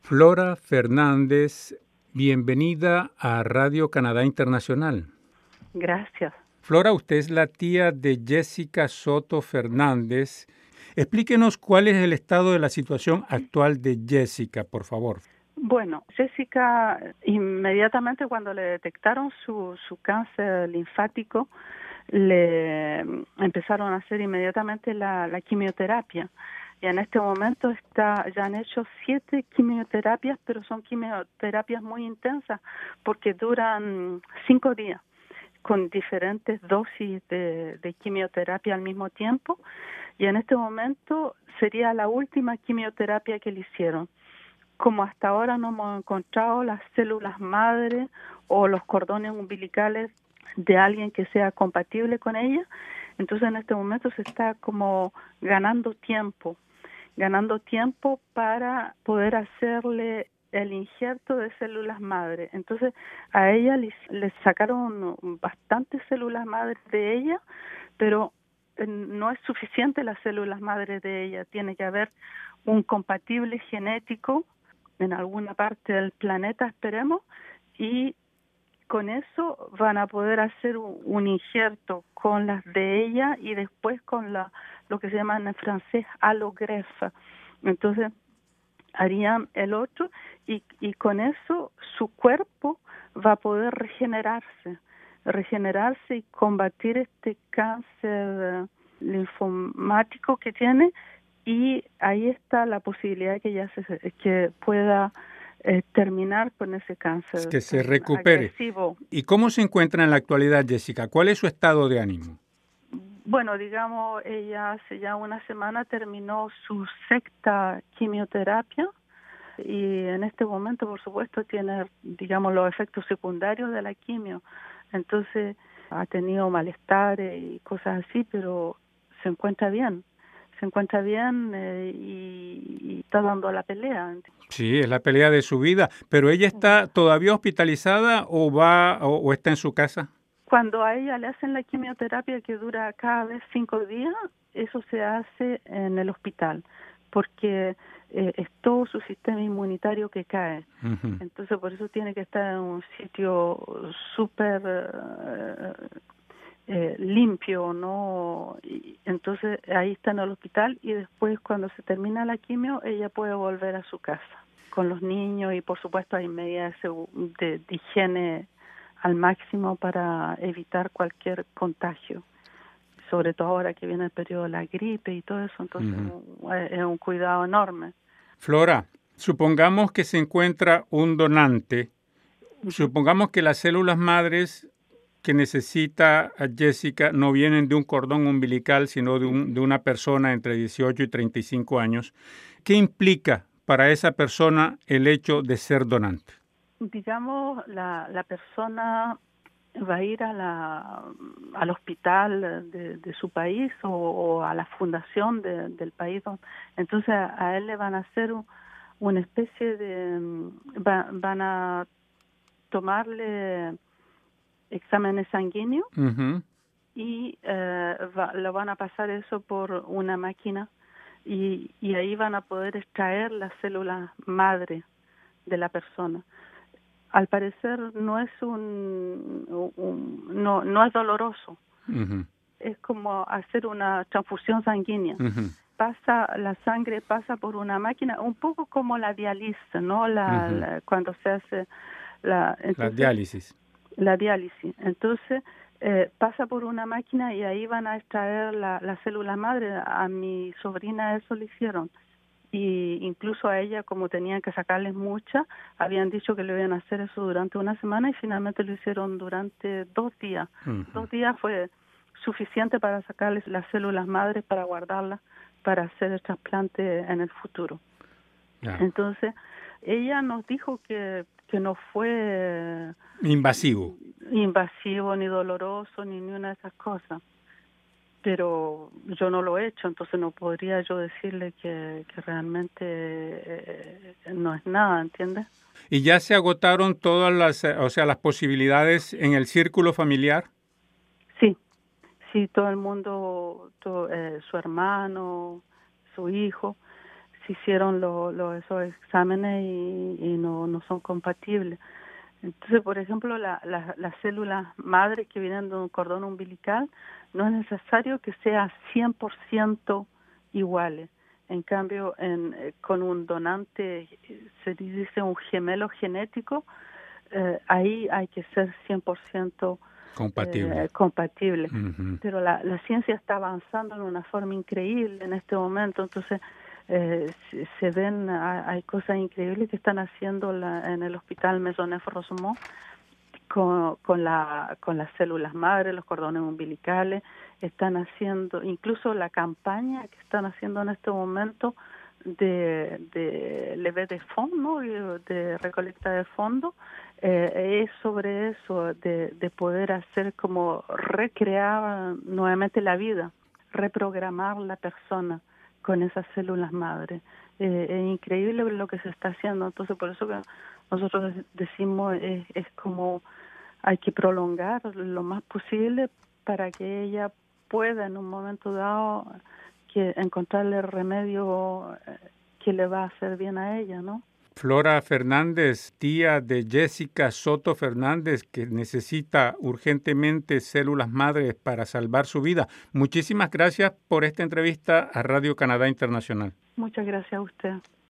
Flora Fernández, bienvenida a Radio Canadá Internacional. Gracias. Flora, usted es la tía de Jessica Soto Fernández. Explíquenos cuál es el estado de la situación actual de Jessica, por favor. Bueno, Jessica, inmediatamente cuando le detectaron su cáncer linfático, le empezaron a hacer inmediatamente la quimioterapia. Y en este momento ya han hecho 7 quimioterapias, pero son quimioterapias muy intensas porque duran 5 días con diferentes dosis de quimioterapia al mismo tiempo. Y en este momento sería la última quimioterapia que le hicieron. Como hasta ahora no hemos encontrado las células madre o los cordones umbilicales de alguien que sea compatible con ella, entonces en este momento se está como ganando tiempo para poder hacerle el injerto de células madre. Entonces a ella le sacaron bastantes células madre de ella, pero no es suficiente las células madre de ella, tiene que haber un compatible genético en alguna parte del planeta, esperemos, y con eso van a poder hacer un injerto con las de ella y después con lo que se llama en francés allografe. Entonces harían el otro y con eso su cuerpo va a poder regenerarse y combatir este cáncer linfomático que tiene, y ahí está la posibilidad que pueda terminar con ese cáncer. Que se recupere. Agresivo. ¿Y cómo se encuentra en la actualidad, Jessica? ¿Cuál es su estado de ánimo? Bueno, digamos, ella hace ya una semana terminó su 6ª quimioterapia y en este momento, por supuesto, tiene, digamos, los efectos secundarios de la quimio. Entonces, ha tenido malestar y cosas así, pero se encuentra bien y está dando la pelea. Sí, es la pelea de su vida, pero ella está todavía hospitalizada o está en su casa. Cuando a ella le hacen la quimioterapia que dura cada vez 5 días, eso se hace en el hospital, porque es todo su sistema inmunitario que cae. Uh-huh. Entonces, por eso tiene que estar en un sitio súper limpio, ¿no? Y entonces ahí está en el hospital y después cuando se termina la quimio, ella puede volver a su casa con los niños y por supuesto hay medidas de higiene al máximo para evitar cualquier contagio, sobre todo ahora que viene el periodo de la gripe y todo eso, entonces uh-huh. Es un cuidado enorme. Flora, supongamos que se encuentra un donante, uh-huh. Supongamos que las células madres que necesita a Jessica no vienen de un cordón umbilical, sino de una persona entre 18 y 35 años. ¿Qué implica para esa persona el hecho de ser donante? Digamos, la persona va a ir al hospital de su país o a la fundación del país. Entonces a él le van a hacer una especie de... van a tomarle exámenes sanguíneos uh-huh. y lo van a pasar eso por una máquina y ahí van a poder extraer las células madre de la persona. Al parecer no es no es doloroso. Uh-huh. Es como hacer una transfusión sanguínea. Uh-huh. La sangre pasa por una máquina, un poco como la diálisis, ¿no? Uh-huh. Cuando se hace la diálisis. La diálisis. Entonces, pasa por una máquina y ahí van a extraer la célula madre. A mi sobrina eso le hicieron. Y incluso a ella, como tenían que sacarles muchas, habían dicho que le iban a hacer eso durante una semana y finalmente lo hicieron durante 2 días. Uh-huh. 2 días fue suficiente para sacarles las células madres, para guardarlas, para hacer el trasplante en el futuro. Yeah. Entonces, ella nos dijo que no fue invasivo ni doloroso ni una de esas cosas, pero yo no lo he hecho, entonces no podría yo decirle que realmente no es nada, ¿entiendes? ¿Y ya se agotaron todas las posibilidades en el círculo familiar? Sí, todo el mundo, su hermano, su hijo, se hicieron esos exámenes y no son compatibles. Entonces, por ejemplo, las células madre que vienen de un cordón umbilical no es necesario que sea 100% iguales. En cambio, con un donante, se dice un gemelo genético, ahí hay que ser 100% compatible. Uh-huh. Pero la ciencia está avanzando de una forma increíble en este momento, entonces se ven, hay cosas increíbles que están haciendo en el hospital Maisonneuve-Rosemont con las células madre, los cordones umbilicales, están haciendo, incluso la campaña que están haciendo en este momento de levée de fonds, ¿no? De recolecta de fondos, es sobre eso, de poder hacer como recrear nuevamente la vida, reprogramar la persona con esas células madre. Es increíble lo que se está haciendo, entonces por eso que nosotros decimos es como hay que prolongar lo más posible para que ella pueda en un momento dado que encontrarle el remedio que le va a hacer bien a ella, ¿no? Flora Fernández, tía de Jessica Soto Fernández, que necesita urgentemente células madres para salvar su vida. Muchísimas gracias por esta entrevista a Radio Canadá Internacional. Muchas gracias a usted.